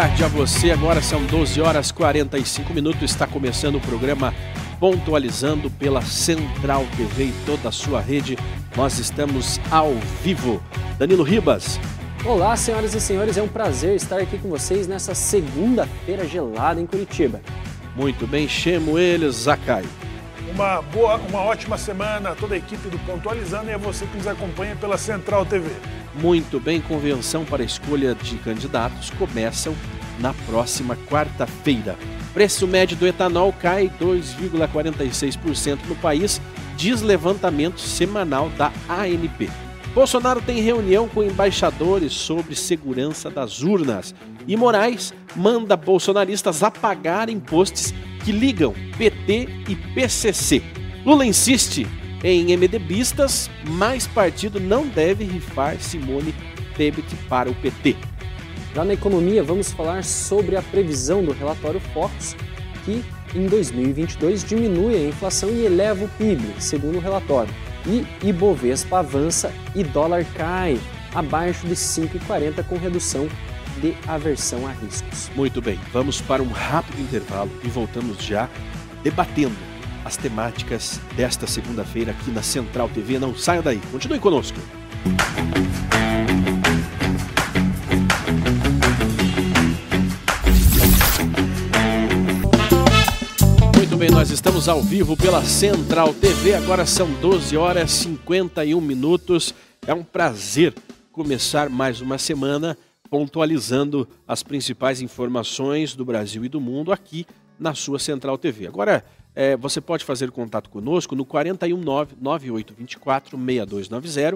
tarde a você. Agora são 12 horas e 45 minutos. Está começando o programa Pontualizando pela Central TV e toda a sua rede. Nós estamos ao vivo. Danilo Ribas. Olá, senhoras e senhores. É um prazer estar aqui com vocês nessa segunda-feira gelada em Curitiba. Muito bem, chamo eles, Zacai. Uma ótima semana a toda a equipe do Pontualizando e a você que nos acompanha pela Central TV. Muito bem, convenção para a escolha de candidatos começam na próxima quarta-feira. Preço médio do etanol cai 2,46% no país, diz levantamento semanal da ANP. Bolsonaro tem reunião com embaixadores sobre segurança das urnas. E Moraes manda bolsonaristas apagarem posts que ligam PT e PCC. Lula insiste em MDBistas, mas partido não deve rifar Simone Tebet para o PT. Já na economia, vamos falar sobre a previsão do relatório Focus, que em 2022 diminui a inflação e eleva o PIB, segundo o relatório. E Ibovespa avança e dólar cai, abaixo de 5,40 com redução de aversão a riscos. Muito bem, vamos para um rápido intervalo e voltamos já debatendo as temáticas desta segunda-feira aqui na Central TV. Não saia daí, continue conosco. Muito bem, nós estamos ao vivo pela Central TV, agora são 12 horas e 51 minutos. É um prazer começar mais uma semana pontualizando as principais informações do Brasil e do mundo aqui na sua Central TV. Agora, você pode fazer contato conosco no 419-9824-6290,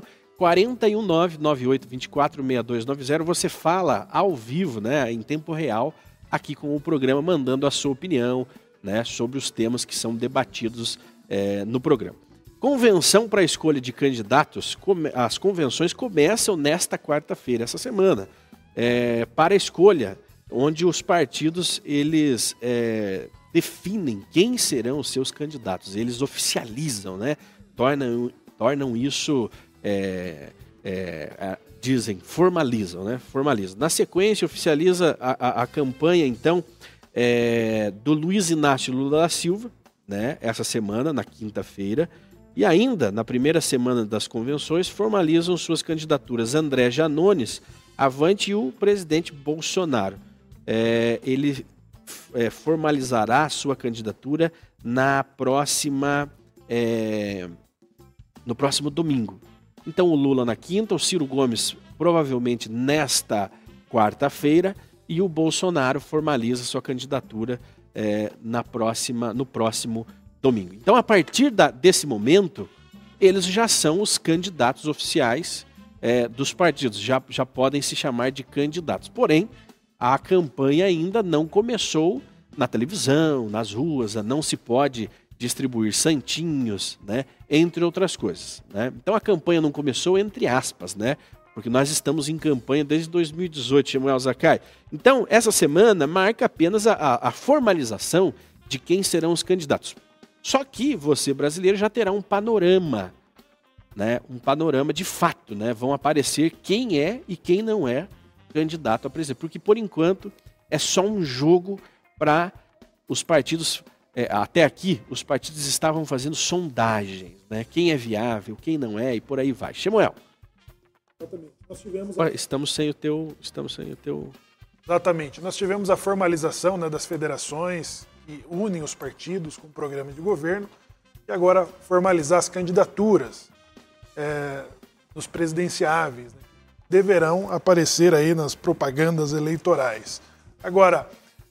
419-9824-6290. Você fala ao vivo, né, em tempo real, aqui com o programa, mandando a sua opinião, né, sobre os temas que são debatidos no programa. Convenção para a escolha de candidatos, as convenções começam nesta quarta-feira, essa semana. Para a escolha, onde os partidos eles definem quem serão os seus candidatos, eles oficializam, né? Tornam isso, dizem, formalizam, né? Formalizam. Na sequência, oficializa a campanha, então, do Luiz Inácio Lula da Silva, né? Essa semana, na quinta-feira. E ainda, na primeira semana das convenções, formalizam suas candidaturas André Janones, Avante, e o presidente Bolsonaro. Ele formalizará a sua candidatura no próximo domingo. Então o Lula na quinta, o Ciro Gomes provavelmente nesta quarta-feira e o Bolsonaro formaliza sua candidatura no próximo domingo. Então, a partir desse momento, eles já são os candidatos oficiais dos partidos, já podem se chamar de candidatos. Porém, a campanha ainda não começou na televisão, nas ruas, não se pode distribuir santinhos, né, entre outras coisas, né? Então a campanha não começou entre aspas, né? Porque nós estamos em campanha desde 2018, Samuel Zacai. Então, essa semana marca apenas a formalização de quem serão os candidatos. Só que você, brasileiro, já terá um panorama, né? Um panorama de fato, né? Vão aparecer quem é e quem não é candidato a presidente. Porque, por enquanto, é só um jogo para os partidos. Até aqui, os partidos estavam fazendo sondagens, né? Quem é viável, quem não é, e por aí vai. Samuel. Nós tivemos Estamos sem o teu. Exatamente. Nós tivemos a formalização, né, das federações que unem os partidos com o programa de governo e agora formalizar as candidaturas nos presidenciáveis, né, deverão aparecer aí nas propagandas eleitorais. Agora,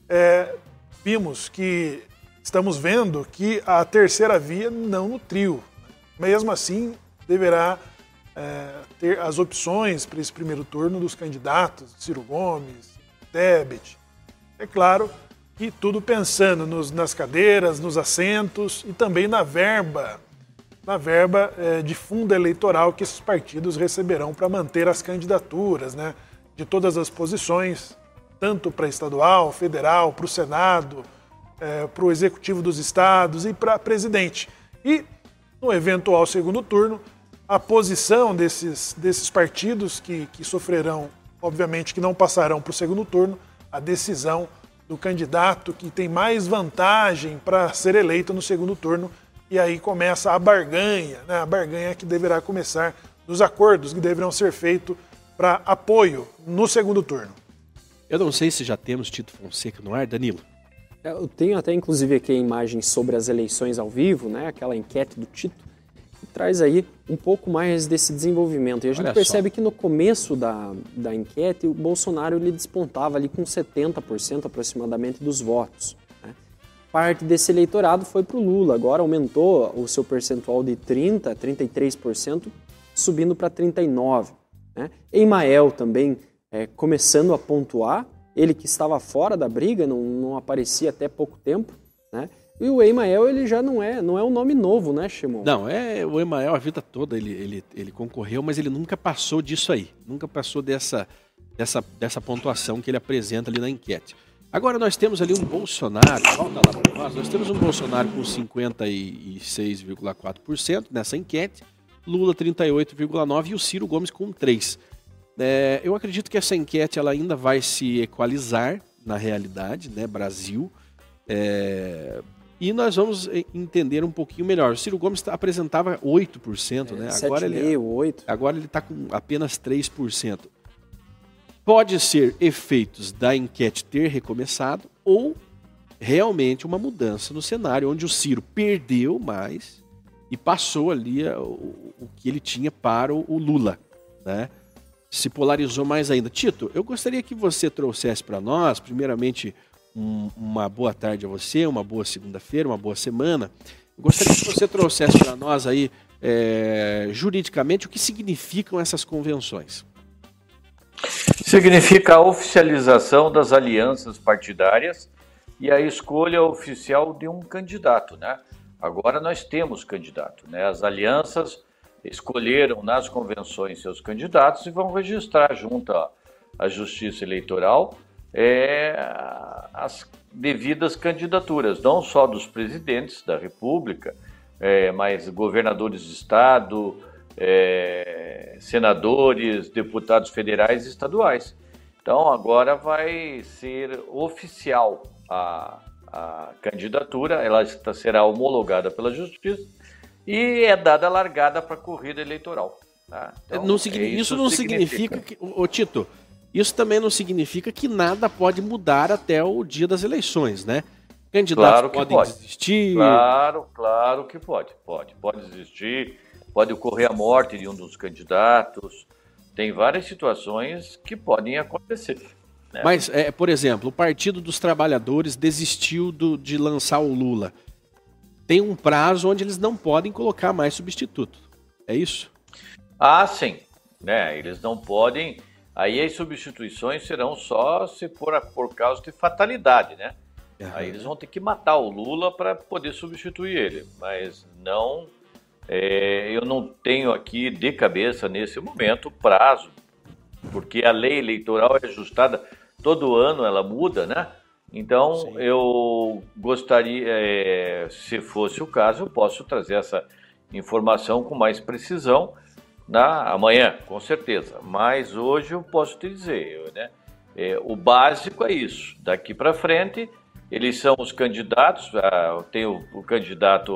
estamos vendo que a terceira via não nutriu. Mesmo assim, deverá ter as opções para esse primeiro turno dos candidatos, Ciro Gomes, Tebet. É claro que tudo pensando nas cadeiras, nos assentos e também na verba de fundo eleitoral que esses partidos receberão para manter as candidaturas, né, de todas as posições, tanto para estadual, federal, para o Senado, para o Executivo dos Estados e para presidente. E no eventual segundo turno, a posição desses partidos que sofrerão, obviamente que não passarão para o segundo turno, a decisão do candidato que tem mais vantagem para ser eleito no segundo turno. E aí começa a barganha, né? A barganha que deverá começar dos acordos que deverão ser feitos para apoio no segundo turno. Eu não sei se já temos Tito Fonseca no ar, Danilo. Eu tenho até inclusive aqui a imagem sobre as eleições ao vivo, né? Aquela enquete do Tito, que traz aí um pouco mais desse desenvolvimento. E a gente percebe que no começo da enquete o Bolsonaro ele despontava ali com 70% aproximadamente dos votos. Parte desse eleitorado foi para o Lula, agora aumentou o seu percentual de 30% a 33%, subindo para 39%. Né? Emael também começando a pontuar, ele que estava fora da briga, não aparecia até pouco tempo. Né? E o Emael ele já não é um nome novo, né, Shimon? Não, o Emael a vida toda ele concorreu, mas ele nunca passou disso aí, nunca passou dessa pontuação que ele apresenta ali na enquete. Agora nós temos ali um Bolsonaro, volta lá para nós temos um Bolsonaro com 56,4% nessa enquete, Lula 38,9% e o Ciro Gomes com 3%. Eu acredito que essa enquete ela ainda vai se equalizar na realidade, né, Brasil, e nós vamos entender um pouquinho melhor. O Ciro Gomes apresentava 8%, né? 7,5%, 8%. Agora ele está com apenas 3%. Pode ser efeitos da enquete ter recomeçado ou realmente uma mudança no cenário, onde o Ciro perdeu mais e passou ali o que ele tinha para o Lula, né? Se polarizou mais ainda. Tito, eu gostaria que você trouxesse para nós, primeiramente, uma boa tarde a você, uma boa segunda-feira, uma boa semana. Eu gostaria que você trouxesse para nós aí, juridicamente, o que significam essas convenções. Significa a oficialização das alianças partidárias e a escolha oficial de um candidato, né? Agora nós temos candidato, né? As alianças escolheram nas convenções seus candidatos e vão registrar junto à Justiça Eleitoral as devidas candidaturas, não só dos presidentes da República, mas governadores de estado, senadores, deputados federais e estaduais. Então agora vai ser oficial a candidatura, ela será homologada pela Justiça e é dada a largada para a corrida eleitoral. Tá? Então, isso não significa que, Tito, isso também não significa que nada pode mudar até o dia das eleições, né? Candidatos podem desistir. Claro que pode desistir. Pode ocorrer a morte de um dos candidatos. Tem várias situações que podem acontecer. Né? Mas, por exemplo, o Partido dos Trabalhadores desistiu de lançar o Lula. Tem um prazo onde eles não podem colocar mais substituto. É isso? Ah, sim. Né? Eles não podem. Aí as substituições serão só se for por causa de fatalidade, né? Uhum. Aí eles vão ter que matar o Lula para poder substituir ele. Mas não... eu não tenho aqui de cabeça nesse momento prazo, porque a lei eleitoral é ajustada todo ano, ela muda, né? Então, sim, eu gostaria, se fosse o caso, eu posso trazer essa informação com mais precisão amanhã, com certeza. Mas hoje eu posso te dizer, né? O básico é isso. Daqui para frente, eles são os candidatos, tem o candidato,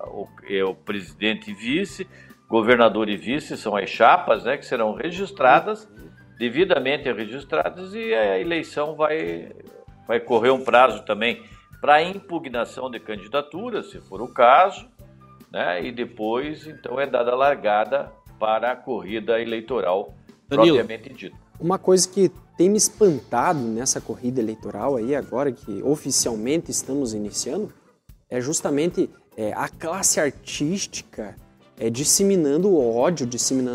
o presidente e vice, governador e vice, são as chapas, né, que serão registradas, devidamente registradas, e a eleição vai correr um prazo também para impugnação de candidatura, se for o caso, né, e depois, então, é dada a largada para a corrida eleitoral, Danilo, propriamente dita. Uma coisa que tem me espantado nessa corrida eleitoral aí, agora que oficialmente estamos iniciando, é justamente a classe artística disseminando ódio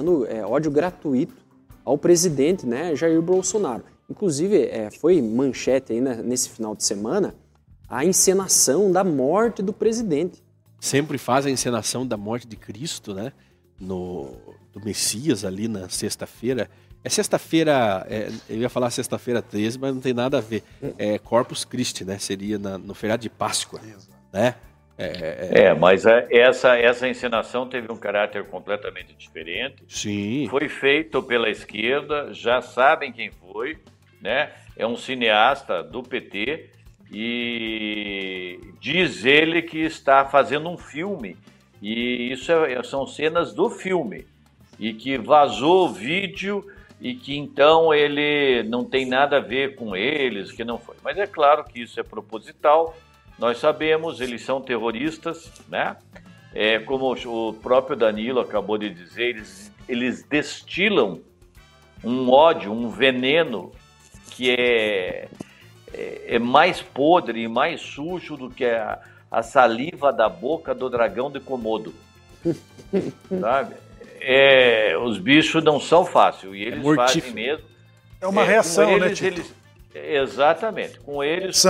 gratuito ao presidente, né, Jair Bolsonaro. Inclusive, foi manchete aí nesse final de semana a encenação da morte do presidente. Sempre faz a encenação da morte de Cristo, né, do Messias ali na sexta-feira. É sexta-feira, eu ia falar sexta-feira 13, mas não tem nada a ver. É Corpus Christi, né? Seria no feriado de Páscoa, né? Mas essa encenação teve um caráter completamente diferente. Sim. Foi feito pela esquerda, já sabem quem foi, né? é um cineasta do PT e diz ele que está fazendo um filme, e isso são cenas do filme, e que vazou o vídeo e que então ele não tem nada a ver com eles, que não foi. Mas é claro que isso é proposital, nós sabemos, eles são terroristas, né? Como o próprio Danilo acabou de dizer, eles destilam um ódio, um veneno que é mais podre e mais sujo do que a saliva da boca do dragão de Komodo. Sabe? Os bichos não são fáceis, e eles fazem mesmo. É uma reação, eles, né, Tito? Exatamente. Com eles,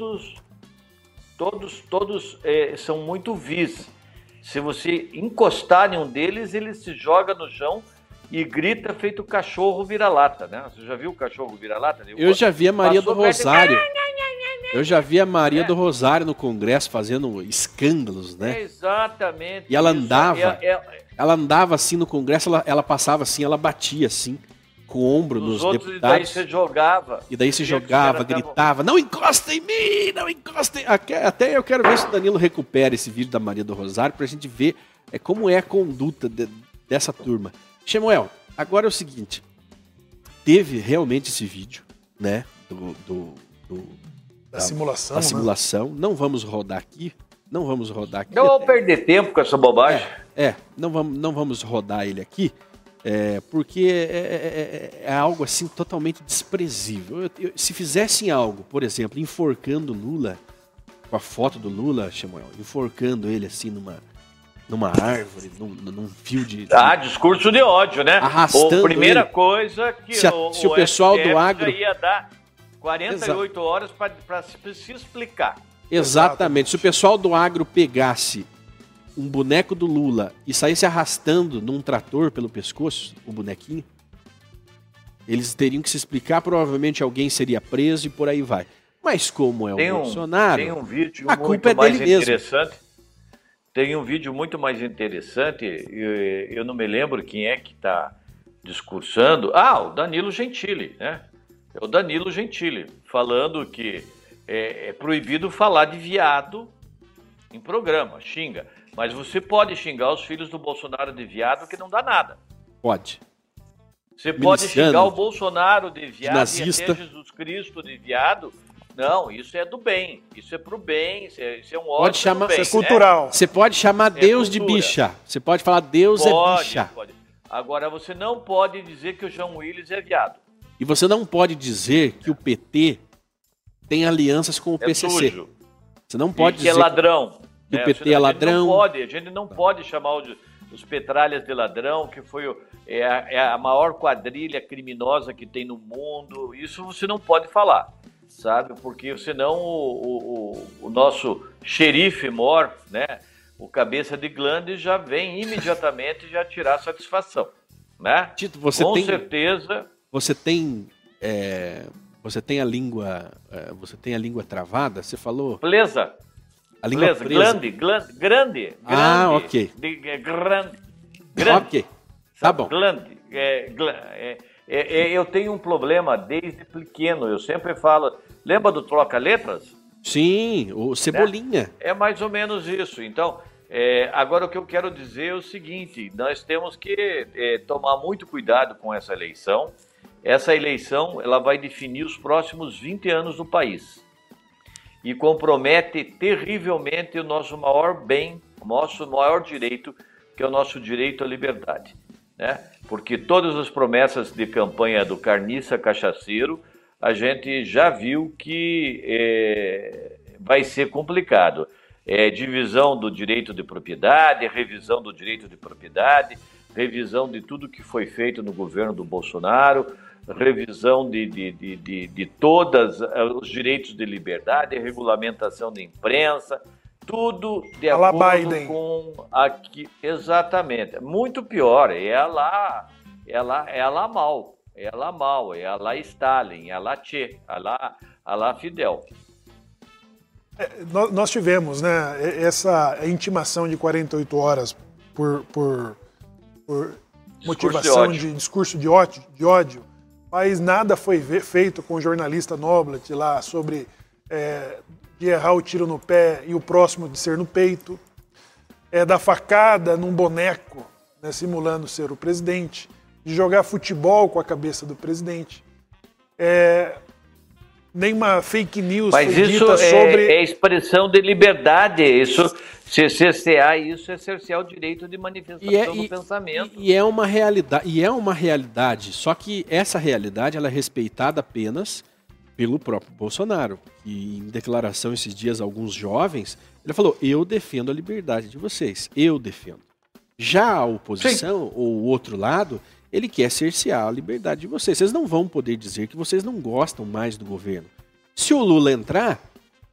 todos são muito vis. Se você encostar em um deles, ele se joga no chão e grita feito cachorro vira-lata, né? Você já viu o cachorro vira-lata? Eu já vi a Maria do Rosário. Eu já vi a Maria do Rosário no Congresso fazendo escândalos, né? Exatamente. E ela andava, ela andava assim no Congresso, ela passava assim, ela batia assim, com o ombro nos deputados. E daí você jogava. E daí você jogava, gritava, não encosta em mim, não encosta em... Até eu quero ver se o Danilo recupera esse vídeo da Maria do Rosário pra gente ver como é a conduta dessa turma. Samuel, agora é o seguinte, teve realmente esse vídeo, né, da simulação, da simulação. Não vamos rodar aqui. Não vamos perder tempo com essa bobagem. Não vamos rodar ele aqui, porque é algo assim totalmente desprezível. Se fizessem algo, por exemplo, enforcando Lula, com a foto do Lula, Samuel, enforcando ele assim numa árvore, num fio de... discurso de ódio, né? Arrastando primeira ele. Coisa que se o pessoal STF do agro já ia dar 48 horas para se explicar. Exatamente. Se o pessoal do agro pegasse um boneco do Lula e saísse arrastando num trator pelo pescoço, o bonequinho, eles teriam que se explicar, provavelmente alguém seria preso e por aí vai. Mas como é o Bolsonaro, tem um vídeo a culpa é dele mesmo. Tem um vídeo muito mais interessante, eu não me lembro quem é que está discursando. O Danilo Gentili, né? É o Danilo Gentili, falando que é proibido falar de viado em programa, xinga. Mas você pode xingar os filhos do Bolsonaro de viado, que não dá nada. Pode. Você pode xingar o Bolsonaro de viado nazista. E até Jesus Cristo de viado. Não, isso é do bem. Isso é pro bem, isso é um ódio. Pode chamar, bem, isso é cultural. Você pode chamar Deus de bicha. Você pode falar Deus é bicha. Pode. Agora, você não pode dizer que o João Willis é viado. E você não pode dizer que o PT tem alianças com o PCC. Sujo. Você não pode dizer que é ladrão. Que o PT é ladrão. A gente não pode chamar os petralhas de ladrão, que foi a maior quadrilha criminosa que tem no mundo. Isso você não pode falar, sabe? Porque senão o nosso xerife mor, né? O cabeça de glande já vem imediatamente já tirar satisfação, né? Tito, certeza. Você tem a língua travada? Você falou? Presa. A língua presa. Grande. Ok. Grande. Ok. Tá bom. Glande. Eu tenho um problema desde pequeno. Eu sempre falo. Lembra do troca-letras? Sim, o Cebolinha. É mais ou menos isso. Então, agora o que eu quero dizer é o seguinte: nós temos que tomar muito cuidado com essa eleição. Essa eleição ela vai definir os próximos 20 anos do país. E compromete terrivelmente o nosso maior bem, o nosso maior direito, que é o nosso direito à liberdade, né? Porque todas as promessas de campanha do carniça cachaceiro, a gente já viu que vai ser complicado. Divisão do direito de propriedade, revisão do direito de propriedade, revisão de tudo que foi feito no governo do Bolsonaro, revisão de todos os direitos de liberdade, regulamentação da imprensa, tudo de acordo com aqui. Exatamente. Muito pior, é a lá mal, é a lá Stalin, é a lá Che, a lá Fidel. Nós tivemos, né, essa intimação de 48 horas por motivação de discurso de ódio mas nada foi feito com o jornalista Noblet lá sobre de errar o tiro no pé e o próximo de ser no peito, da facada num boneco, né, simulando ser o presidente, de jogar futebol com a cabeça do presidente. Nenhuma fake news mas foi isso dita sobre... é expressão de liberdade, isso, se cercear isso é cercear o direito de manifestação do pensamento. E é uma realidade, só que essa realidade ela é respeitada apenas pelo próprio Bolsonaro, que em declaração esses dias a alguns jovens, ele falou, eu defendo a liberdade de vocês, eu defendo. Já a oposição, ou o outro lado, ele quer cercear a liberdade de vocês. Vocês não vão poder dizer que vocês não gostam mais do governo. Se o Lula entrar...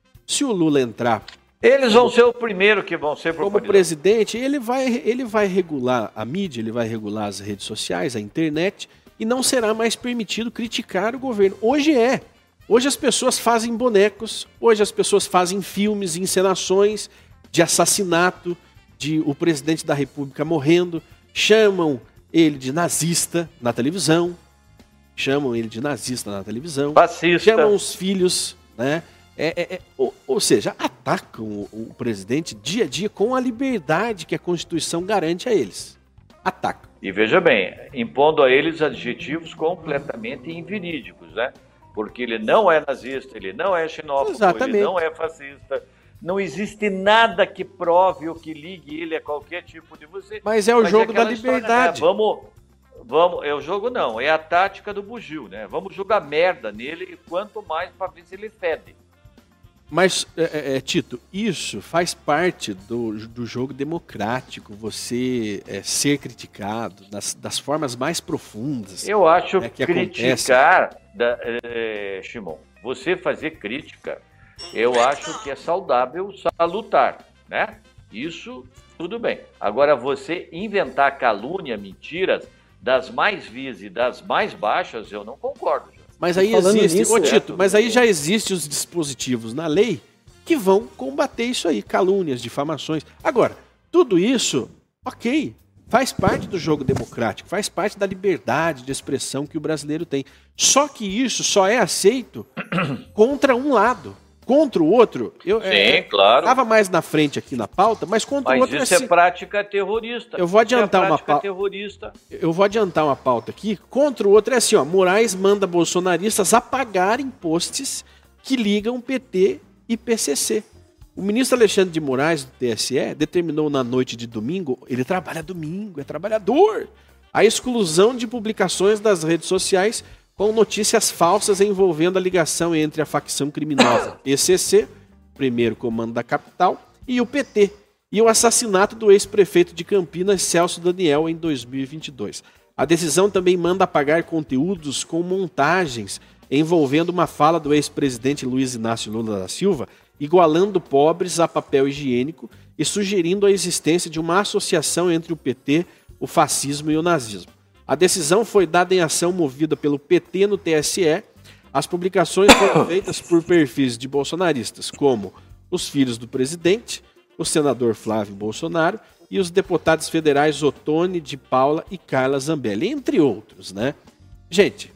Eles vão ser o primeiro que vão ser como presidente, ele vai regular a mídia, ele vai regular as redes sociais, a internet, e não será mais permitido criticar o governo. Hoje as pessoas fazem bonecos, hoje as pessoas fazem filmes, encenações de assassinato, de o presidente da República morrendo, chamam ele de nazista na televisão, fascista, chamam os filhos, né? Ou seja, atacam o presidente dia a dia com a liberdade que a Constituição garante a eles. Atacam. E veja bem, impondo a eles adjetivos completamente inverídicos, né? Porque ele não é nazista, ele não é xenófobo, exatamente, ele não é fascista. Não existe nada que prove ou que ligue ele a qualquer tipo de você. Mas é o jogo da liberdade. História, né? Vamos, é o jogo não, é a tática do bugio, né? Vamos jogar merda nele, quanto mais para ver se ele fede. Mas, Tito, isso faz parte do jogo democrático, você ser criticado das formas mais profundas. Eu acho que criticar, Shimon, você fazer crítica, eu acho que é saudável, salutar, né? Isso, tudo bem. Agora, você inventar calúnia, mentiras, das mais vis e das mais baixas, eu não concordo. Mas aí existe, Tito, mas aí já existem os dispositivos na lei que vão combater isso aí, calúnias, difamações. Agora, tudo isso, ok, faz parte do jogo democrático, faz parte da liberdade de expressão que o brasileiro tem. Só que isso só é aceito contra um lado. Contra o outro, sim, claro. Estava mais na frente aqui na pauta, mas contra o outro... Mas isso é prática terrorista. Eu vou adiantar uma pauta. Eu vou adiantar uma pauta aqui. Contra o outro é assim, ó, Moraes manda bolsonaristas apagarem posts que ligam PT e PCC. O ministro Alexandre de Moraes, do TSE, determinou na noite de domingo, ele trabalha domingo, é trabalhador, a exclusão de publicações das redes sociais com notícias falsas envolvendo a ligação entre a facção criminosa PCC, primeiro comando da capital, e o PT, e o assassinato do ex-prefeito de Campinas, Celso Daniel, em 2022. A decisão também manda apagar conteúdos com montagens envolvendo uma fala do ex-presidente Luiz Inácio Lula da Silva, igualando pobres a papel higiênico e sugerindo a existência de uma associação entre o PT, o fascismo e o nazismo. A decisão foi dada em ação movida pelo PT no TSE. As publicações foram feitas por perfis de bolsonaristas, como os filhos do presidente, o senador Flávio Bolsonaro e os deputados federais Ottoni de Paula e Carla Zambelli, entre outros, né? Gente,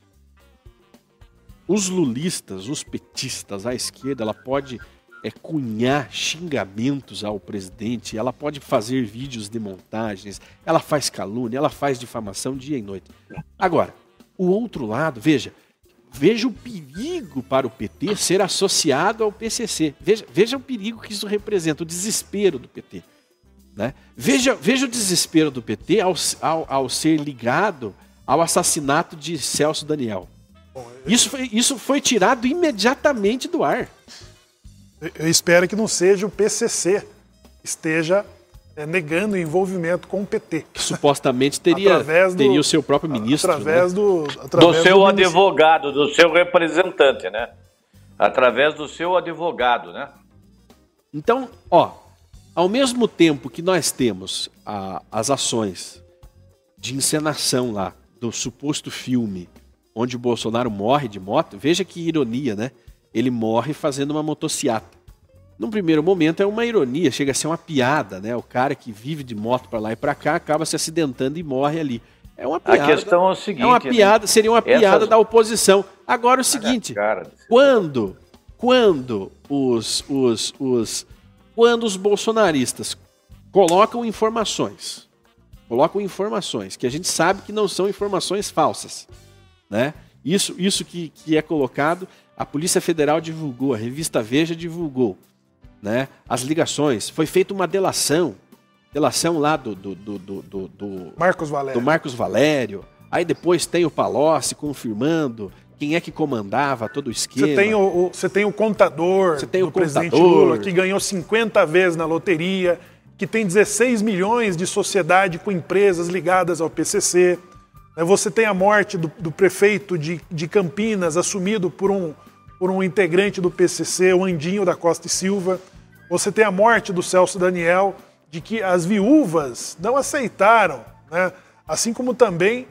os lulistas, os petistas, a esquerda, ela pode cunhar xingamentos ao presidente, ela pode fazer vídeos de montagens, ela faz calúnia, ela faz difamação dia e noite. Agora, o outro lado, veja o perigo para o PT ser associado ao PCC. Veja o perigo que isso representa, o desespero do PT. Né? Veja o desespero do PT ao ser ligado ao assassinato de Celso Daniel. Isso foi tirado imediatamente do ar. Eu espero que não seja o PCC esteja negando o envolvimento com o PT. Que supostamente teria o seu próprio ministro. Através do seu advogado, do seu representante, né? Através do seu advogado, né? Então, ao mesmo tempo que nós temos as ações de encenação lá do suposto filme onde o Bolsonaro morre de moto, veja que ironia, né? Ele morre fazendo uma motociata. Num primeiro momento é uma ironia, chega a ser uma piada, né? O cara que vive de moto para lá e para cá acaba se acidentando e morre ali. É uma piada. A questão é o seguinte... É uma piada, seria uma piada da oposição. Agora é o seguinte, quando os bolsonaristas colocam informações que a gente sabe que não são informações falsas, né? Isso que é colocado, a Polícia Federal divulgou, a revista Veja divulgou, né? As ligações, foi feita uma delação lá do Marcos Valério, aí depois tem o Palocci confirmando quem é que comandava todo o esquema. Você tem o contador do presidente Lula, que ganhou 50 vezes na loteria, que tem 16 milhões de sociedade com empresas ligadas ao PCC. Você tem a morte do prefeito de Campinas, assumido por um integrante do PCC, o Andinho da Costa e Silva. Você tem a morte do Celso Daniel, de que as viúvas não aceitaram, né? Assim como também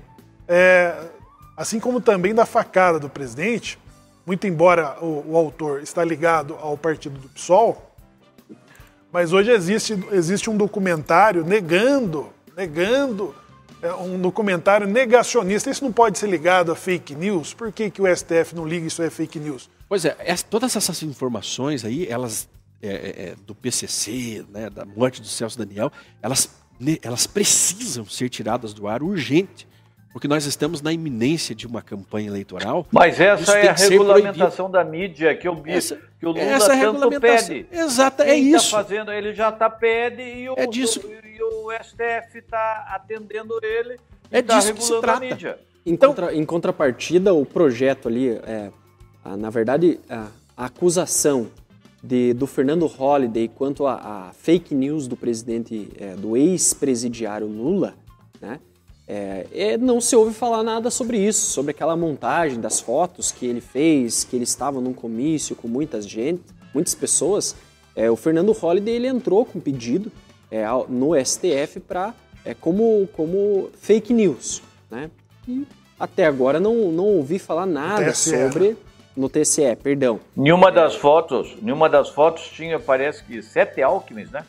da facada do presidente, muito embora o autor está ligado ao partido do PSOL, mas hoje existe um documentário negando, um documentário negacionista. Isso não pode ser ligado a fake news? Por que o STF não liga isso é fake news? Pois é, todas essas informações aí, elas do PCC, né, da morte do Celso Daniel, elas precisam ser tiradas do ar urgente, porque nós estamos na iminência de uma campanha eleitoral. Mas essa é a regulamentação da mídia que o Lula tanto pede. Exato, é isso. Tá fazendo, ele já pede e o STF está atendendo ele e está regulando a mídia. Em contrapartida, o projeto ali, na verdade, a acusação do Fernando Holliday quanto a fake news do presidente, do ex-presidiário Lula, né? Não se ouve falar nada sobre isso, sobre aquela montagem das fotos que ele fez, que ele estava num comício com muitas pessoas. O Fernando Holliday, ele entrou com pedido no STF como fake news, né? E até agora não ouvi falar nada sobre... No TSE, perdão. Nenhuma das fotos tinha, parece que 7 Alckmin, né?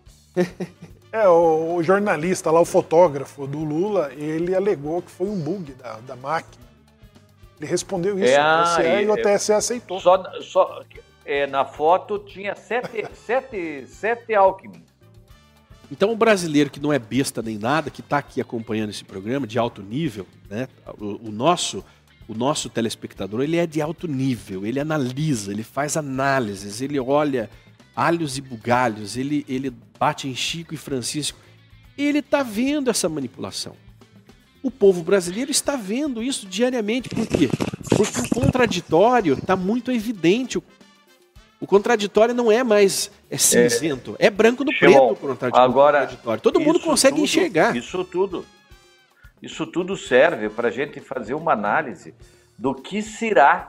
O jornalista lá, o fotógrafo do Lula, ele alegou que foi um bug da máquina. Ele respondeu isso ao TSE e o TSE aceitou. Na foto tinha 7 Alckmin. Então o brasileiro que não é besta nem nada, que está aqui acompanhando esse programa de alto nível, né? O nosso telespectador, ele é de alto nível, ele analisa, ele faz análises, ele olha alhos e bugalhos, ele bate em Chico e Francisco. Ele está vendo essa manipulação. O povo brasileiro está vendo isso diariamente. Por quê? Porque o contraditório está muito evidente. O contraditório não é mais cinzento, é branco no preto o contraditório. Todo mundo consegue enxergar. Isso tudo serve para a gente fazer uma análise do que será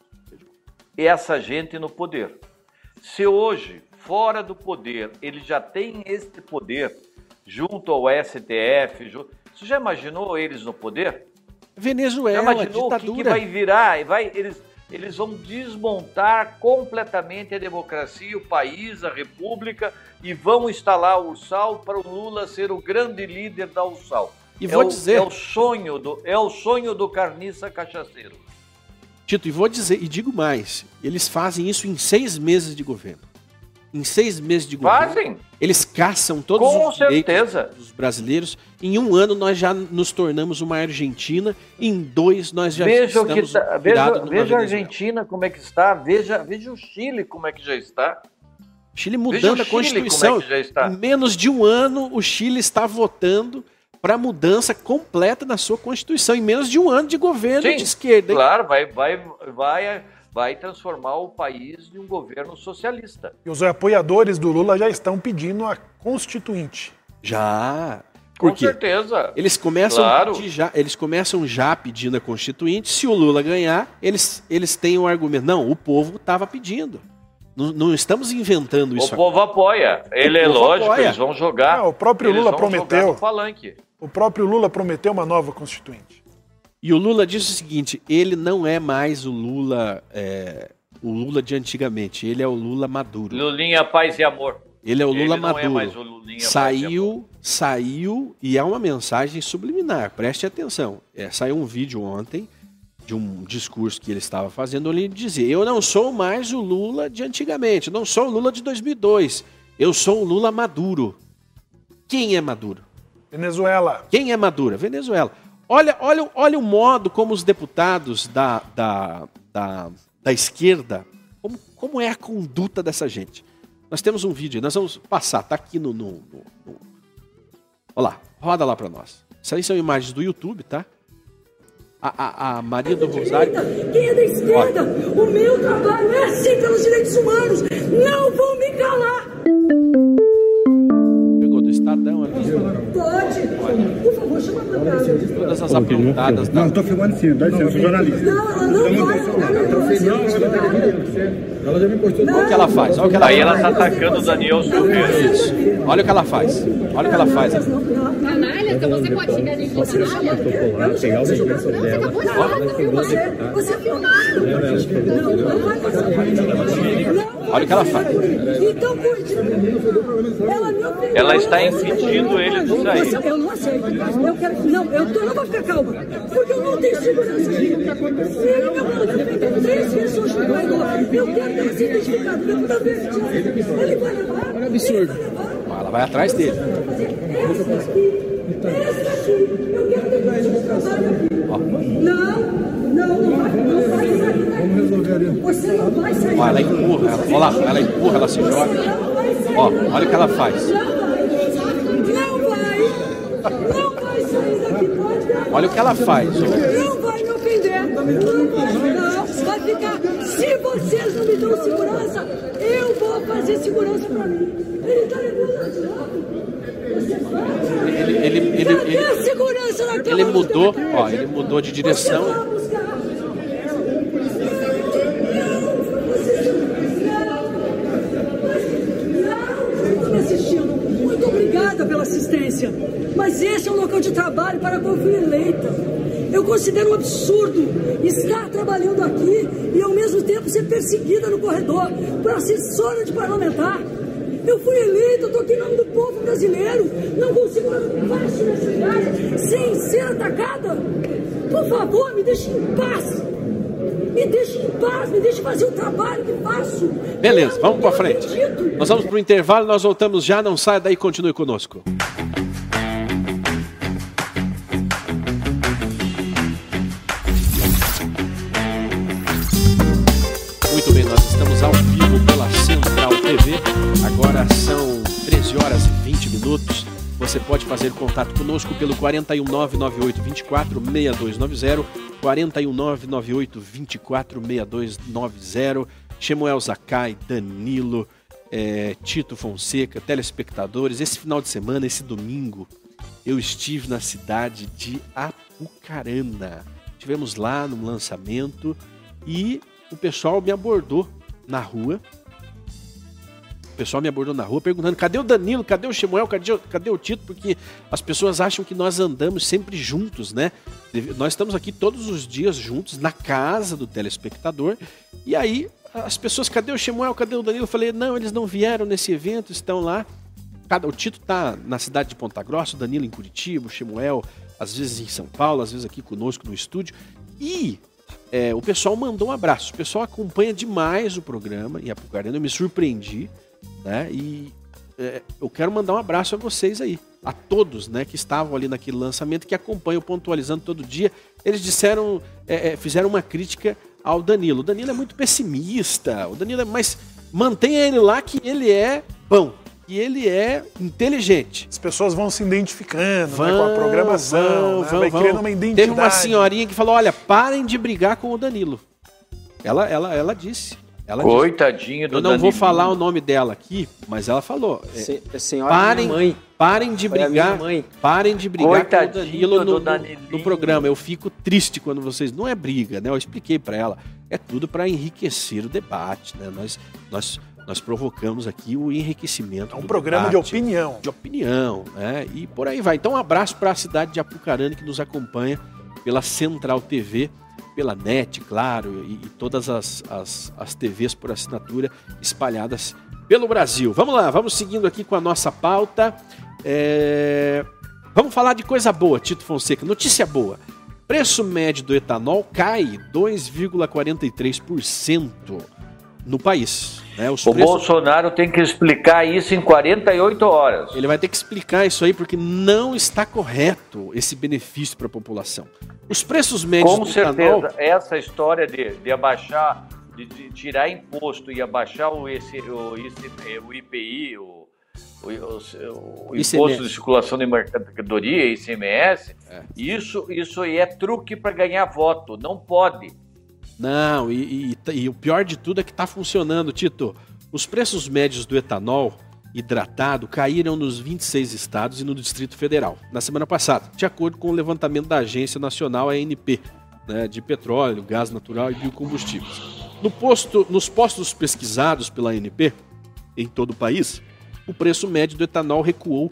essa gente no poder. Se hoje, fora do poder, ele já tem este poder junto ao STF, você já imaginou eles no poder? Venezuela, já imaginou ditadura. O que vai virar? Eles vão desmontar completamente a democracia, o país, a república, e vão instalar a Ursal para o Lula ser o grande líder da Ursal. E vou dizer... É o sonho do carniça cachaceiro. Tito, e vou dizer, e digo mais, eles fazem isso em 6 meses de governo. Em 6 meses de governo, fazem. Eles caçam todos os direitos dos brasileiros. Em 1 ano nós já nos tornamos uma Argentina, em 2 nós já estamos virados numa Veja a Argentina como é que está, veja o Chile como é que já está. Chile mudando a Constituição. Em menos de 1 ano o Chile está votando para mudança completa na sua Constituição, em menos de 1 ano de governo de esquerda. Hein? Claro, vai transformar o país em um governo socialista. E os apoiadores do Lula já estão pedindo a Constituinte. Já. Com certeza. Eles começam, eles começam já pedindo a Constituinte. Se o Lula ganhar, eles têm um argumento. Não, o povo estava pedindo. Não estamos inventando isso. O povo apoia. Lógico, eles vão jogar. O próprio Lula prometeu. Palanque. O próprio Lula prometeu uma nova Constituinte. E o Lula disse o seguinte: ele não é mais o Lula de antigamente, ele é o Lula maduro. Lulinha, paz e amor. Ele é o Lula não Maduro. É mais o Lulinha, Saiu e é uma mensagem subliminar. Preste atenção. Saiu um vídeo ontem de um discurso que ele estava fazendo, onde ele dizia: eu não sou mais o Lula de antigamente, não sou o Lula de 2002, eu sou o Lula Maduro. Quem é Maduro? Venezuela. Quem é Maduro? Venezuela. Olha o modo como os deputados da esquerda, como é a conduta dessa gente. Nós temos um vídeo, nós vamos passar, tá aqui no... Olha lá, roda lá para nós. Isso aí são imagens do YouTube, tá? A Maria do Rosário... Quem é da esquerda? O meu trabalho é assim pelos direitos humanos. Não vou me calar. Pegou do Estadão ali. Pode. Por favor, chama a bancada. Todas as aprontadas... Não, estou filmando sim, dá licença, jornalista. Não vai. Ela já me postou. Olha o que ela faz. Aí ela está atacando o Daniel Silveira. Isso. Olha o que ela faz. Olha o que ela faz. Canalha, então você pode xingar a gente de canalha? Pegar o documento dela. Você é filmado. Olha o que ela faz. Então, cuide. Ela me ofendeu. Ela está impedindo ele de sair. Eu não aceito. Eu quero. Não vou ficar calma. Porque eu não tenho segurança aqui. Se ele me ofendeu 3 pessoas no corredor, eu quero ter esse identificado. Ele vai levar. Olha o absurdo. Ela vai atrás dele. Essa aqui. Eu quero ter esse trabalho aqui. Não vai sair daqui. Você não vai sair. Olha, ela empurra. Ela empurra, ela se joga. Olha o que ela faz. Não vai sair daqui, pode. Olha o que ela faz. Não vai me ofender. Não, vai ficar. Se vocês não me dão segurança, eu vou fazer segurança pra mim. Ele tá levando a Cadê a segurança na Ele mudou, ele mudou de direção. Muito obrigada pela assistência, mas esse é um local de trabalho para a qual fui eleita. Eu considero um absurdo estar trabalhando aqui e ao mesmo tempo ser perseguida no corredor por assessora de parlamentar. Eu fui eleita, estou aqui em nome do povo brasileiro, não consigo dar um passo nessa casa sem ser atacada. Por favor, me deixe em paz. Me deixe fazer o trabalho que faço. Beleza, vamos para frente. Nós vamos para o intervalo, nós voltamos já, não saia daí, continue conosco. Muito bem, nós estamos ao vivo pela Central TV, agora são 13 horas e 20 minutos. Você pode fazer contato conosco pelo 41998246290, 41998246290. Shemuel Zakai, Danilo, Tito Fonseca, telespectadores. Esse final de semana, esse domingo, eu estive na cidade de Apucarana. Estivemos lá no lançamento e o pessoal me abordou na rua. Perguntando: cadê o Danilo, cadê o Shemuel, cadê o Tito? Porque as pessoas acham que nós andamos sempre juntos, né? Nós estamos aqui todos os dias juntos, na casa do telespectador. E aí, as pessoas: cadê o Shemuel, cadê o Danilo? Eu falei: não, eles não vieram nesse evento, estão lá. O Tito está na cidade de Ponta Grossa, o Danilo em Curitiba, o Shemuel às vezes em São Paulo, às vezes aqui conosco no estúdio. E o pessoal mandou um abraço. O pessoal acompanha demais o programa em Apucarana, eu me surpreendi. Né? E eu quero mandar um abraço a vocês aí, a todos, né, que estavam ali naquele lançamento, que acompanham Pontualizando todo dia. Eles disseram, fizeram uma crítica ao Danilo. O Danilo é muito pessimista, mas mantenha ele lá que ele é bom, que ele é inteligente. As pessoas vão se identificando com a programação, vai criando uma identidade. Teve uma senhorinha que falou: olha, parem de brigar com o Danilo. Ela disse. Coitadinho do Danilo. Eu não vou falar o nome dela aqui, mas ela falou: senhora, minha mãe. Parem de brigar com o Danilo no programa. Eu fico triste quando vocês... Não é briga, né? Eu expliquei para ela. É tudo para enriquecer o debate, né? Nós provocamos aqui o enriquecimento. É um programa debate, de opinião. De opinião, né? E por aí vai. Então, um abraço para a cidade de Apucarana, que nos acompanha pela Central TV. pela NET, claro, e todas as TVs por assinatura espalhadas pelo Brasil. Vamos lá, vamos seguindo aqui com a nossa pauta. Vamos falar de coisa boa, Tito Fonseca. Notícia boa. Preço médio do etanol cai 2,43% no país. Né? Bolsonaro tem que explicar isso em 48 horas. Ele vai ter que explicar isso aí porque não está correto esse benefício para a população. Os preços médios do etanol... Com certeza, essa história de abaixar, de tirar imposto e abaixar o IPI, o imposto de circulação de mercadoria, ICMS, isso aí é truque para ganhar voto, não pode. Não, e o pior de tudo é que está funcionando, Tito. Os preços médios do etanol hidratado caíram nos 26 estados e no Distrito Federal na semana passada, de acordo com o levantamento da Agência Nacional ANP, né, de petróleo, gás natural e biocombustíveis. Nos postos pesquisados pela ANP em todo o país, o preço médio do etanol recuou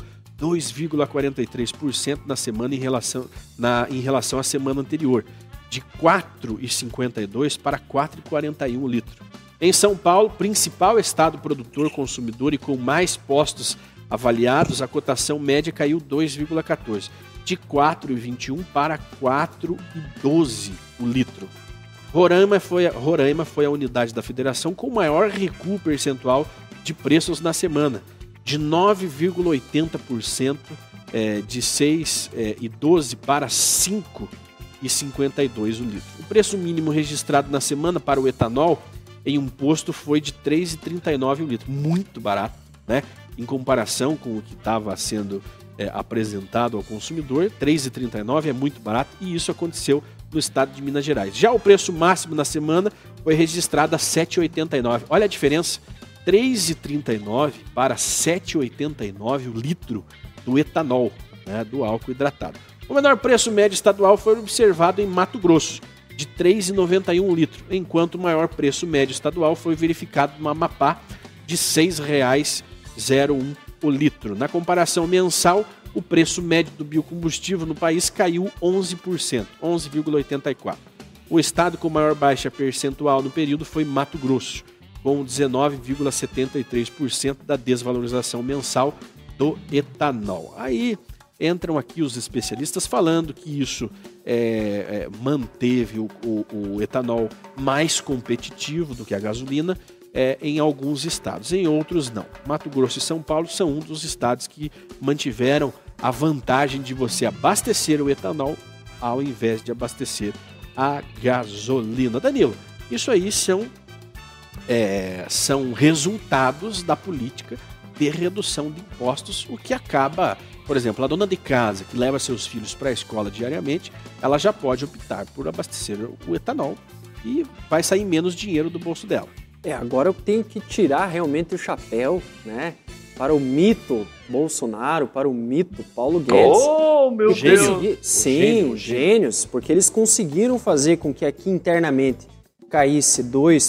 2,43% na semana em relação à semana anterior, de 4,52 para 4,41 litro. Em São Paulo, principal estado produtor, consumidor e com mais postos avaliados, a cotação média caiu 2,14, de 4,21 para 4,12 o litro. Roraima foi a unidade da federação com maior recuo percentual de preços na semana, de 9,80%, de 6,12 para 5,52 o litro. O preço mínimo registrado na semana para o etanol em um posto foi de 3,39 o litro, muito barato, né? Em comparação com o que estava sendo apresentado ao consumidor, 3,39 é muito barato e isso aconteceu no estado de Minas Gerais. Já o preço máximo na semana foi registrado a 7,89. Olha a diferença, 3,39 para 7,89 o litro do etanol, né, do álcool hidratado. O menor preço médio estadual foi observado em Mato Grosso, de 3,91 o litro, enquanto o maior preço médio estadual foi verificado no Amapá, de R$ 6,01 o litro. Na comparação mensal, o preço médio do biocombustível no país caiu 11%, 11,84%. O estado com maior baixa percentual no período foi Mato Grosso, com 19,73% da desvalorização mensal do etanol. Aí entram aqui os especialistas falando que isso manteve o etanol mais competitivo do que a gasolina em alguns estados, em outros não. Mato Grosso e São Paulo são um dos estados que mantiveram a vantagem de você abastecer o etanol ao invés de abastecer a gasolina. Danilo, isso aí são resultados da política de redução de impostos, o que acaba, por exemplo, a dona de casa que leva seus filhos para a escola diariamente, ela já pode optar por abastecer o etanol e vai sair menos dinheiro do bolso dela. Agora eu tenho que tirar realmente o chapéu, né, para o mito Bolsonaro, para o mito Paulo Guedes. Oh, meu Deus! Sim, gênios, porque eles conseguiram fazer com que aqui internamente caísse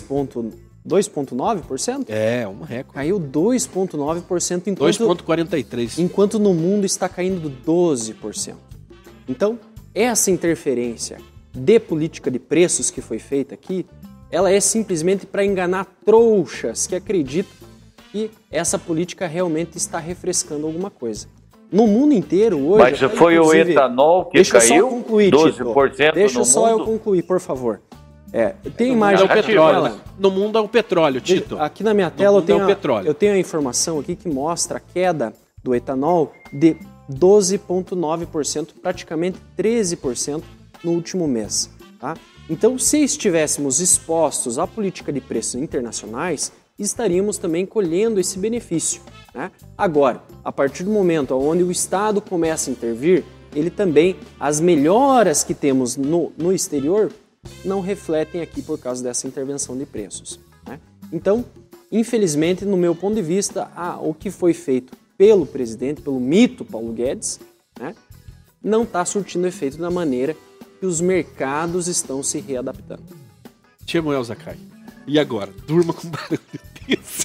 2,9%? Um recorde. Caiu 2,9%, 2,43%. Enquanto no mundo está caindo 12%. Então, essa interferência de política de preços que foi feita aqui, ela é simplesmente para enganar trouxas que acreditam que essa política realmente está refrescando alguma coisa. No mundo inteiro hoje... Mas foi o etanol que caiu? Deixa eu só concluir, 12% Deixa só eu concluir, por favor. Tem imagem do petróleo. No mundo é o petróleo, Tito. Aqui na minha tela eu tenho a informação aqui que mostra a queda do etanol de 12,9%, praticamente 13% no último mês. Tá? Então, se estivéssemos expostos à política de preços internacionais, estaríamos também colhendo esse benefício. Né? Agora, a partir do momento onde o Estado começa a intervir, ele também, as melhoras que temos no exterior, não refletem aqui por causa dessa intervenção de preços. Né? Então, infelizmente, no meu ponto de vista, o que foi feito pelo presidente, pelo mito Paulo Guedes, né, não está surtindo efeito da maneira que os mercados estão se readaptando. Shemuel Zakai. E agora? Durma com barulho disso.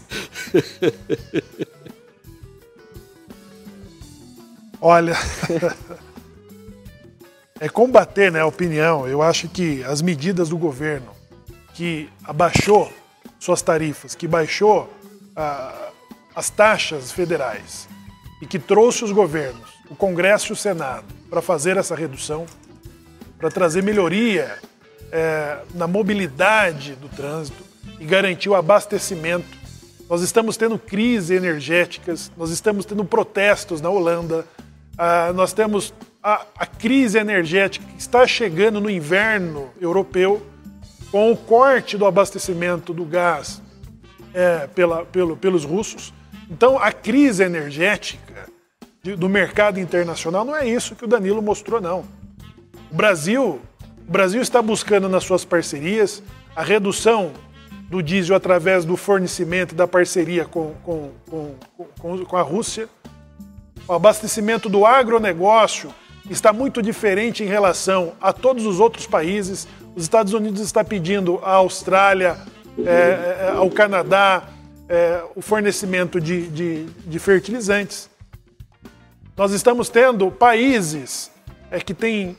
Olha... combater, né, a opinião. Eu acho que as medidas do governo que abaixou suas tarifas, que baixou as taxas federais e que trouxe os governos, o Congresso e o Senado, para fazer essa redução, para trazer melhoria na mobilidade do trânsito e garantir o abastecimento. Nós estamos tendo crises energéticas, nós estamos tendo protestos na Holanda, nós temos a crise energética que está chegando no inverno europeu, com o corte do abastecimento do gás pelos russos. Então, a crise energética do mercado internacional não é isso que o Danilo mostrou, não. O Brasil está buscando nas suas parcerias a redução do diesel através do fornecimento da parceria com a Rússia. O abastecimento do agronegócio está muito diferente em relação a todos os outros países. Os Estados Unidos está pedindo à Austrália, ao Canadá, o fornecimento de fertilizantes. Nós estamos tendo países que têm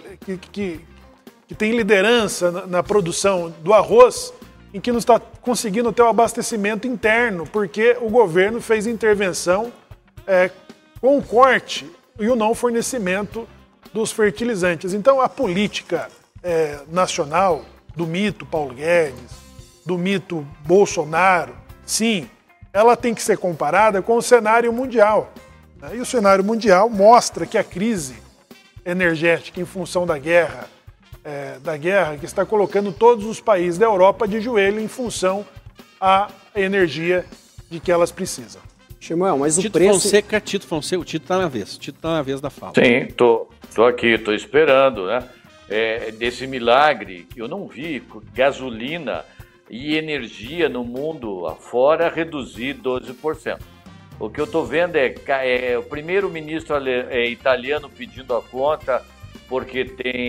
liderança na produção do arroz, em que não está conseguindo ter o abastecimento interno, porque o governo fez intervenção com o corte e o não fornecimento dos fertilizantes. Então, a política nacional do mito Paulo Guedes, do mito Bolsonaro, sim, ela tem que ser comparada com o cenário mundial. E o cenário mundial mostra que a crise energética em função da guerra que está colocando todos os países da Europa de joelho em função à energia de que elas precisam. Samuel, mas Tito Fonseca, o Tito está na vez. O Tito está na vez da fala. Sim, tô aqui, tô esperando, né? Desse milagre que eu não vi, gasolina e energia no mundo afora reduzir 12%. O que eu estou vendo é o primeiro-ministro italiano pedindo a conta porque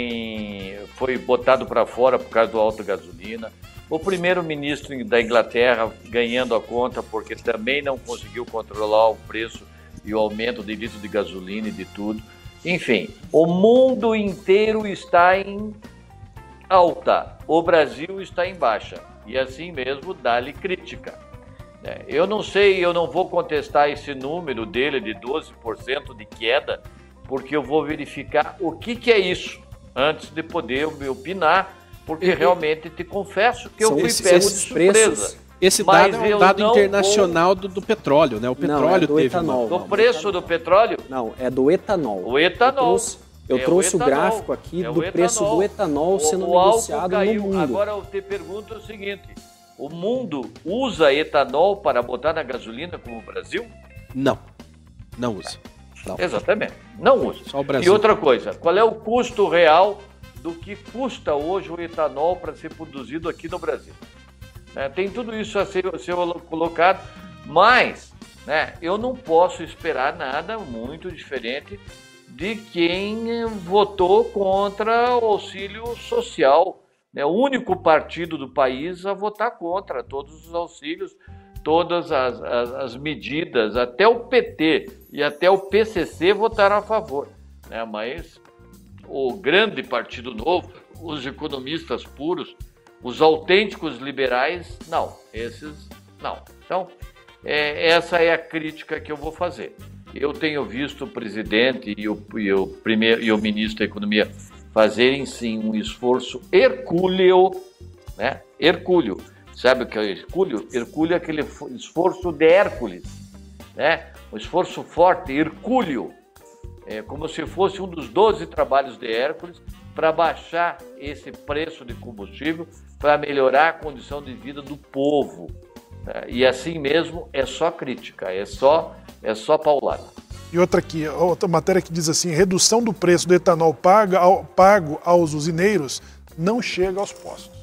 foi botado para fora por causa do alto gasolina. O primeiro-ministro da Inglaterra ganhando a conta porque também não conseguiu controlar o preço e o aumento de litro de gasolina e de tudo. Enfim, o mundo inteiro está em alta, o Brasil está em baixa. E assim mesmo dá-lhe crítica. Eu não sei, eu não vou contestar esse número dele de 12% de queda, porque eu vou verificar o que é isso antes de poder opinar, porque realmente te confesso que eu fui pego de surpresa. Esse dado é um dado internacional do petróleo, né? O petróleo do teve etanol. Do preço do petróleo? Não, é do etanol. O etanol. Eu trouxe o gráfico aqui do preço do etanol sendo negociado no mundo. Agora eu te pergunto o seguinte, o mundo usa etanol para botar na gasolina como o Brasil? Não usa. Não. Exatamente, não usa. Só o Brasil. E outra coisa, qual é o custo real do que custa hoje o etanol para ser produzido aqui no Brasil? Tem tudo isso a ser colocado, mas eu não posso esperar nada muito diferente de quem votou contra o auxílio social. O único partido do país a votar contra todos os auxílios, todas as medidas, até o PT e até o PCC votaram a favor. Mas o grande Partido Novo, os economistas puros, os autênticos liberais, não. Esses, não. Então, essa é a crítica que eu vou fazer. Eu tenho visto o presidente e o ministro da Economia fazerem, sim, um esforço hercúleo, né? Hercúleo. Sabe o que é hercúleo? Hercúleo é aquele esforço de Hércules, né? Um esforço forte, hercúleo. É como se fosse um dos 12 trabalhos de Hércules para baixar esse preço de combustível, para melhorar a condição de vida do povo. E assim mesmo é só crítica, é só paulada. E outra aqui, outra matéria que diz assim, redução do preço do etanol pago aos usineiros não chega aos postos.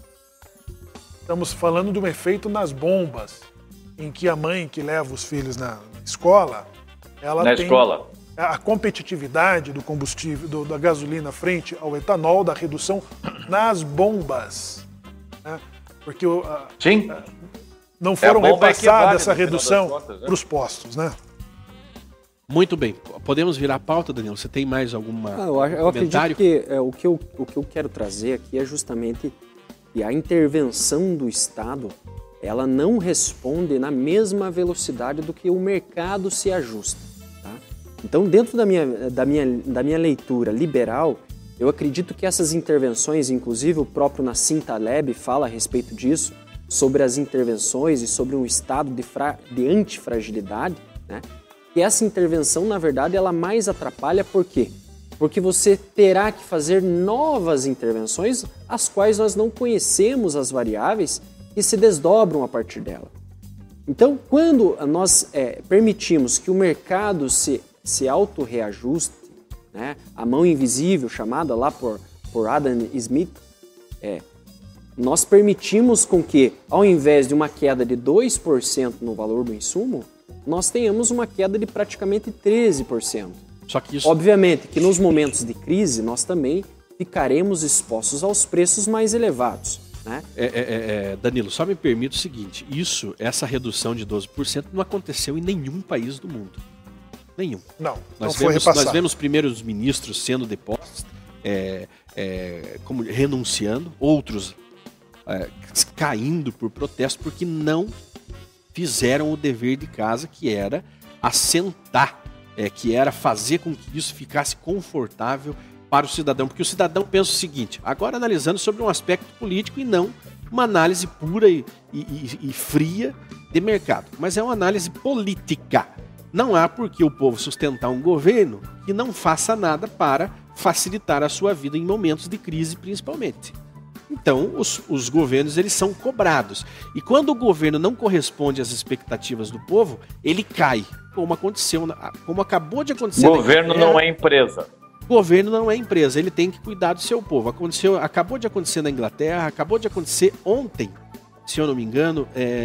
Estamos falando de um efeito nas bombas, em que a mãe que leva os filhos na escola, ela tem escola. A competitividade do combustível, da gasolina frente ao etanol, da redução nas bombas. Né? Porque Sim. Não foram repassadas essa redução para os postos, né? Muito bem. Podemos virar a pauta, Danilo? Você tem mais alguma eu acredito que o que eu quero trazer aqui é justamente que a intervenção do Estado, ela não responde na mesma velocidade do que o mercado se ajusta. Tá? Então, dentro da minha leitura liberal, eu acredito que essas intervenções, inclusive o próprio Nassim Taleb fala a respeito disso, sobre as intervenções e sobre um estado de antifragilidade, né? E essa intervenção, na verdade, ela mais atrapalha por quê? Porque você terá que fazer novas intervenções, as quais nós não conhecemos as variáveis que se desdobram a partir dela. Então, quando nós permitimos que o mercado se autorreajuste, né, a mão invisível, chamada lá por Adam Smith, nós permitimos com que, ao invés de uma queda de 2% no valor do insumo, nós tenhamos uma queda de praticamente 13%. Só que isso... Obviamente que nos momentos de crise nós também ficaremos expostos aos preços mais elevados. Né? Danilo, só me permite o seguinte, essa redução de 12% não aconteceu em nenhum país do mundo. Nenhum. Não foi repassado. Nós vemos primeiros ministros sendo depostos, como renunciando, outros caindo por protesto, porque não fizeram o dever de casa, que era assentar, que era fazer com que isso ficasse confortável para o cidadão. Porque o cidadão pensa o seguinte, agora analisando sobre um aspecto político e não uma análise pura e fria de mercado, mas é uma análise política. Não há por que o povo sustentar um governo que não faça nada para facilitar a sua vida em momentos de crise, principalmente. Então, os governos, eles são cobrados. E quando o governo não corresponde às expectativas do povo, ele cai, como acabou de acontecer. O governo não é empresa. O governo não é empresa, ele tem que cuidar do seu povo. Acabou de acontecer na Inglaterra, acabou de acontecer ontem, se eu não me engano,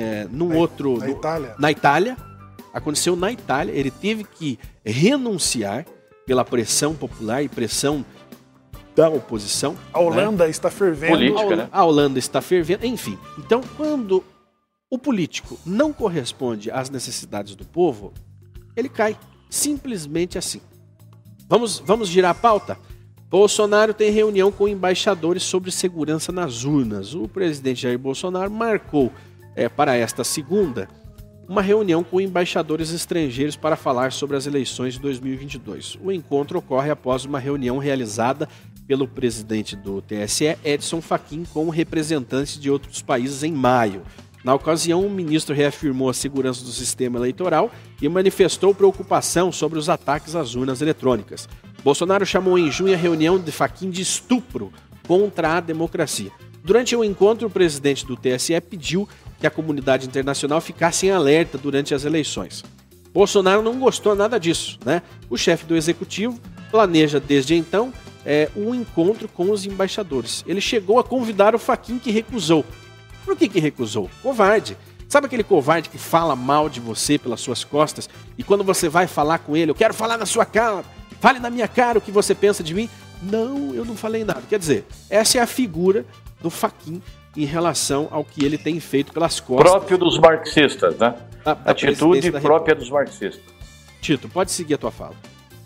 na Itália. Aconteceu na Itália, ele teve que renunciar pela pressão popular e pressão da oposição. A Holanda está fervendo. Política, né? A Holanda está fervendo, enfim. Então, quando o político não corresponde às necessidades do povo, ele cai. Simplesmente assim. Vamos girar a pauta? Bolsonaro tem reunião com embaixadores sobre segurança nas urnas. O presidente Jair Bolsonaro marcou para esta segunda uma reunião com embaixadores estrangeiros para falar sobre as eleições de 2022. O encontro ocorre após uma reunião realizada pelo presidente do TSE, Edson Fachin, com representantes de outros países em maio. Na ocasião, o ministro reafirmou a segurança do sistema eleitoral e manifestou preocupação sobre os ataques às urnas eletrônicas. Bolsonaro chamou em junho a reunião de Fachin de estupro contra a democracia. Durante o encontro, o presidente do TSE pediu que a comunidade internacional ficasse em alerta durante as eleições. Bolsonaro não gostou nada disso, né? O chefe do executivo planeja desde então um encontro com os embaixadores. Ele chegou a convidar o Fachin, que recusou. Por que recusou? Covarde. Sabe aquele covarde que fala mal de você pelas suas costas e quando você vai falar com ele, eu quero falar na sua cara, fale na minha cara o que você pensa de mim? Não, eu não falei nada. Quer dizer, essa é a figura do Fachin em relação ao que ele tem feito pelas costas. Próprio dos marxistas, né? Atitude própria dos marxistas. Tito, pode seguir a tua fala.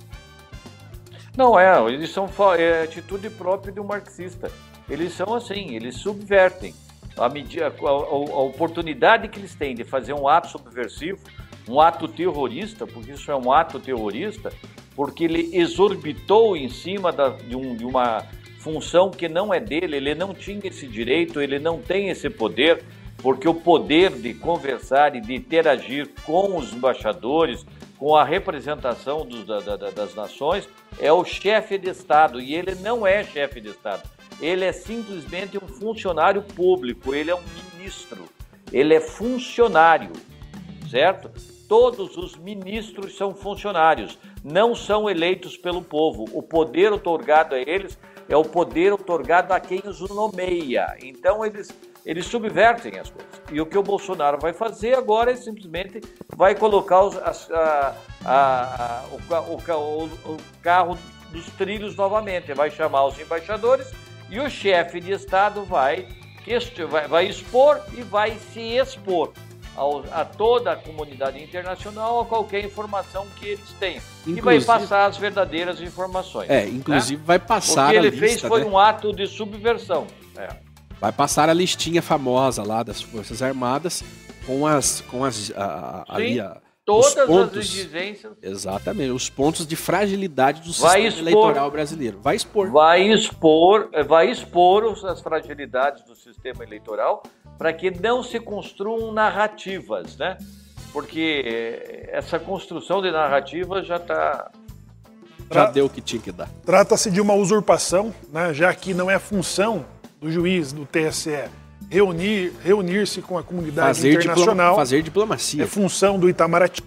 Não, eles são atitude própria de um marxista. Eles são assim, eles subvertem a oportunidade que eles têm de fazer um ato subversivo, um ato terrorista, porque isso é um ato terrorista, porque ele exorbitou em cima de uma função que não é dele, ele não tinha esse direito, ele não tem esse poder, porque o poder de conversar e de interagir com os embaixadores, com a representação das nações, é o chefe de Estado, e ele não é chefe de Estado. Ele é simplesmente um funcionário público, ele é um ministro, ele é funcionário, certo? Todos os ministros são funcionários, não são eleitos pelo povo. O poder otorgado a eles é o poder otorgado a quem os nomeia. Então eles subvertem as coisas. E o que o Bolsonaro vai fazer agora é simplesmente vai colocar o carro dos trilhos novamente, vai chamar os embaixadores e o chefe de Estado vai expor e vai se expor a toda a comunidade internacional a qualquer informação que eles tenham. E vai passar as verdadeiras informações. Inclusive vai passar o que ele lista, fez foi um ato de subversão. Vai passar a listinha famosa lá das Forças Armadas todas os pontos, as exigências. Exatamente, os pontos de fragilidade do sistema eleitoral brasileiro. Vai expor as fragilidades do sistema eleitoral para que não se construam narrativas, né? Porque essa construção de narrativas já deu o que tinha que dar. Trata-se de uma usurpação, né? Já que não é função do juiz do TSE reunir-se com a comunidade internacional. Fazer diplomacia. É função do Itamaraty,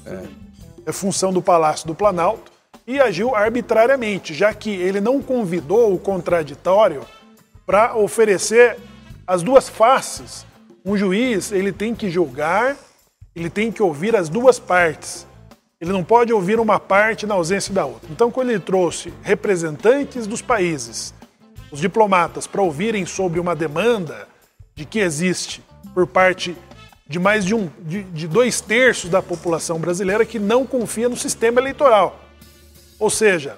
é função do Palácio do Planalto, e agiu arbitrariamente, já que ele não convidou o contraditório para oferecer as duas faces. Um juiz, ele tem que julgar, ele tem que ouvir as duas partes. Ele não pode ouvir uma parte na ausência da outra. Então, quando ele trouxe representantes dos países, os diplomatas, para ouvirem sobre uma demanda de que existe por parte de mais de 2/3 da população brasileira que não confia no sistema eleitoral. Ou seja,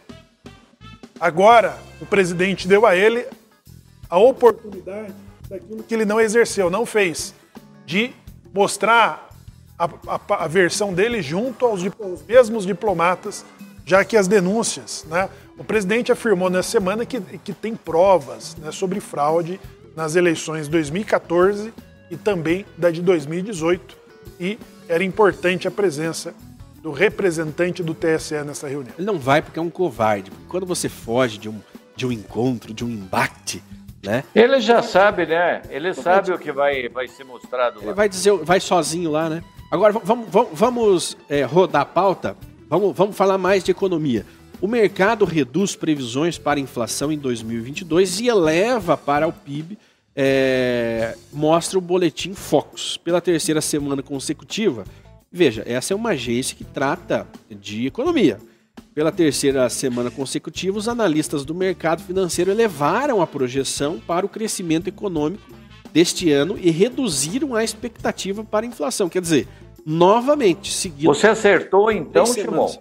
agora o presidente deu a ele a oportunidade daquilo que ele não exerceu, não fez, de mostrar a versão dele junto aos mesmos diplomatas, já que as denúncias, né? O presidente afirmou nessa semana que tem provas, né, sobre fraude nas eleições de 2014 e também da de 2018, e era importante a presença do representante do TSE nessa reunião. Ele não vai porque é um covarde, porque quando você foge de um encontro, de um embate, né? Ele já sabe, né? Ele sabe o que vai ser mostrado lá. Ele vai dizer, vai sozinho lá, né? Agora vamos rodar a pauta, vamos falar mais de economia. O mercado reduz previsões para a inflação em 2022 e eleva para o PIB, mostra o boletim Focus, pela terceira semana consecutiva. Veja, essa é uma agência que trata de economia. Pela terceira semana consecutiva, os analistas do mercado financeiro elevaram a projeção para o crescimento econômico deste ano e reduziram a expectativa para a inflação. Quer dizer, novamente, seguindo... Você acertou então, Shimon?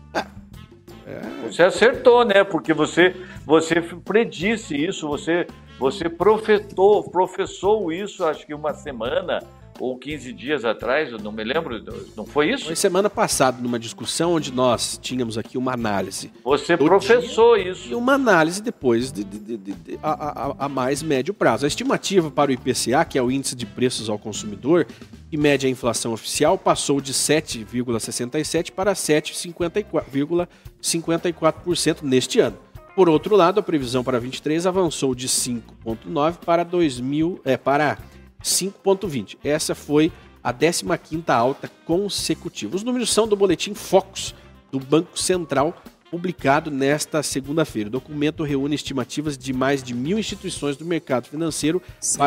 Você acertou, né? Porque você predisse isso, você professou isso, acho que uma semana ou 15 dias atrás, eu não me lembro, não foi isso? Foi semana passada, numa discussão onde nós tínhamos aqui uma análise. Você professou isso. E uma análise depois a mais médio prazo. A estimativa para o IPCA, que é o Índice de Preços ao Consumidor, que mede a inflação oficial, passou de 7,67% para 7,54% neste ano. Por outro lado, a previsão para 2023 avançou de 5,9% para 5,20%. Essa foi a 15ª alta consecutiva. Os números são do boletim Focus, do Banco Central, publicado nesta segunda-feira. O documento reúne estimativas de mais de 1.000 instituições do mercado financeiro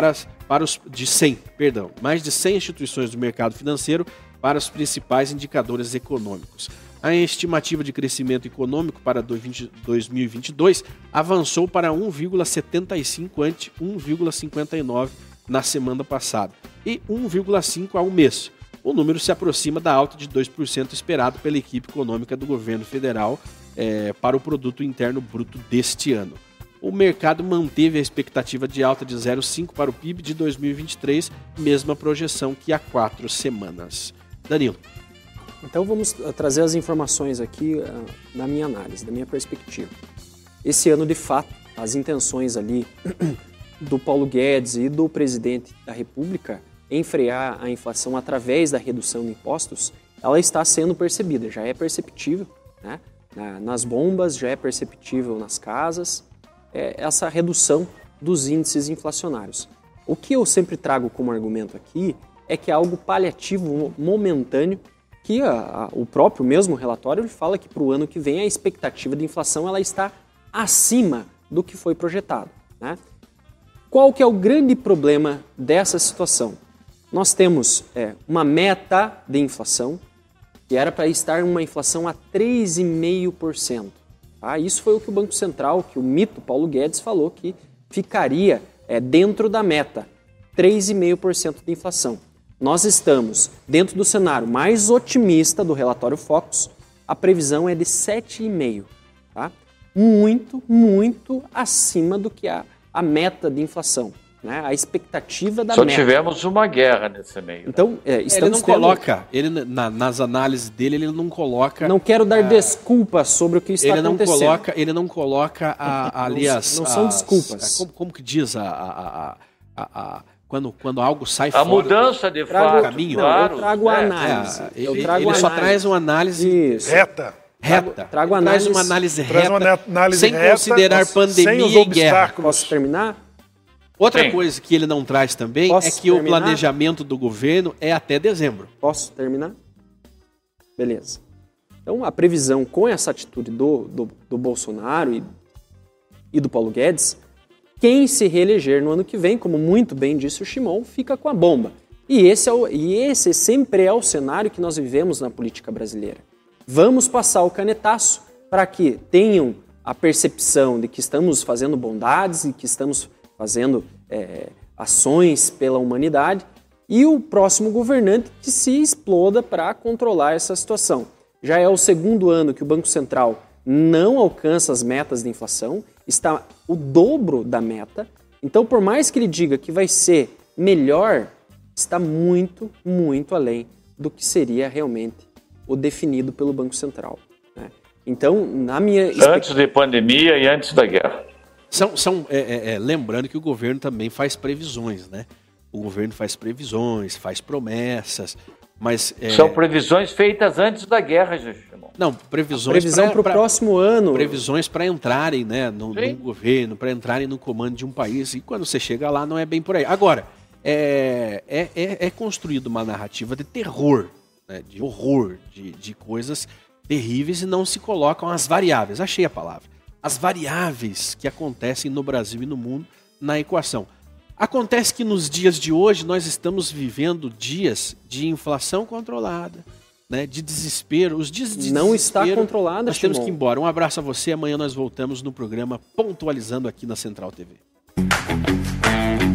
mais de 100 instituições do mercado financeiro para os principais indicadores econômicos. A estimativa de crescimento econômico para 2022 avançou para 1,75 ante 1,59 na semana passada e 1,5 ao mês. O número se aproxima da alta de 2% esperado pela equipe econômica do governo federal para o Produto Interno Bruto deste ano. O mercado manteve a expectativa de alta de 0,5% para o PIB de 2023, mesma projeção que há 4 semanas. Danilo. Então vamos trazer as informações aqui na minha análise, da minha perspectiva. Esse ano, de fato, as intenções ali do Paulo Guedes e do presidente da República em frear a inflação através da redução de impostos, ela está sendo percebida, já é perceptível, né? Nas bombas, já é perceptível nas casas, essa redução dos índices inflacionários. O que eu sempre trago como argumento aqui é que é algo paliativo, momentâneo, que o próprio mesmo relatório ele fala que para o ano que vem a expectativa de inflação ela está acima do que foi projetado, né? Qual que é o grande problema dessa situação? Nós temos uma meta de inflação, que era para estar uma inflação a 3,5%. Tá? Isso foi o que o Banco Central, que o mito Paulo Guedes falou que ficaria dentro da meta, 3,5% de inflação. nós estamos dentro do cenário mais otimista do relatório Focus, a previsão é de 7,5%, tá? Muito, muito acima do que a meta de inflação, né? A expectativa da Só meta. tivemos uma guerra nesse meio. Então, ele não coloca, nas análises dele, ele não coloca... Não quero dar desculpas sobre o que está acontecendo. Ele não coloca ali não são desculpas. Como que diz quando algo sai a fora mudança de fato, caminho. claro. Eu trago a análise. Ele só traz uma análise Isso. Reta. Trago análise, traz uma análise Traz reta, uma análise sem reta, considerar sem pandemia os e guerra. obstáculos. Posso terminar? Outra Sim. coisa que ele não traz também Posso é que o terminar? planejamento do governo é até dezembro. Posso terminar? Beleza. Então, a previsão com essa atitude do Bolsonaro e do Paulo Guedes, quem se reeleger no ano que vem, como muito bem disse o Shimon, fica com a bomba. E esse sempre é o cenário que nós vivemos na política brasileira. Vamos passar o canetaço para que tenham a percepção de que estamos fazendo bondades e que estamos fazendo ações pela humanidade, e o próximo governante que se exploda para controlar essa situação. Já é o segundo ano que o Banco Central não alcança as metas de inflação, está o dobro da meta. Então, por mais que ele diga que vai ser melhor, está muito, muito além do que seria realmente o definido pelo Banco Central, né? Então, na minha... Antes da pandemia e antes da guerra. Lembrando que o governo também faz previsões, né? O governo faz previsões, faz promessas, mas... São previsões feitas antes da guerra, Shimon. Não, previsão para o próximo ano. Previsões para entrarem, né, no governo, para entrarem no comando de um país, e quando você chega lá não é bem por aí. Agora, é construída uma narrativa de terror, né, de horror, de coisas terríveis, e não se colocam as variáveis, achei a palavra, as variáveis que acontecem no Brasil e no mundo na equação. Acontece que nos dias de hoje nós estamos vivendo dias de inflação controlada, né, de desespero. Os dias de não desespero, está controlada, nós temos que ir embora. Um abraço a você, amanhã nós voltamos no programa Pontualizando aqui na Central TV.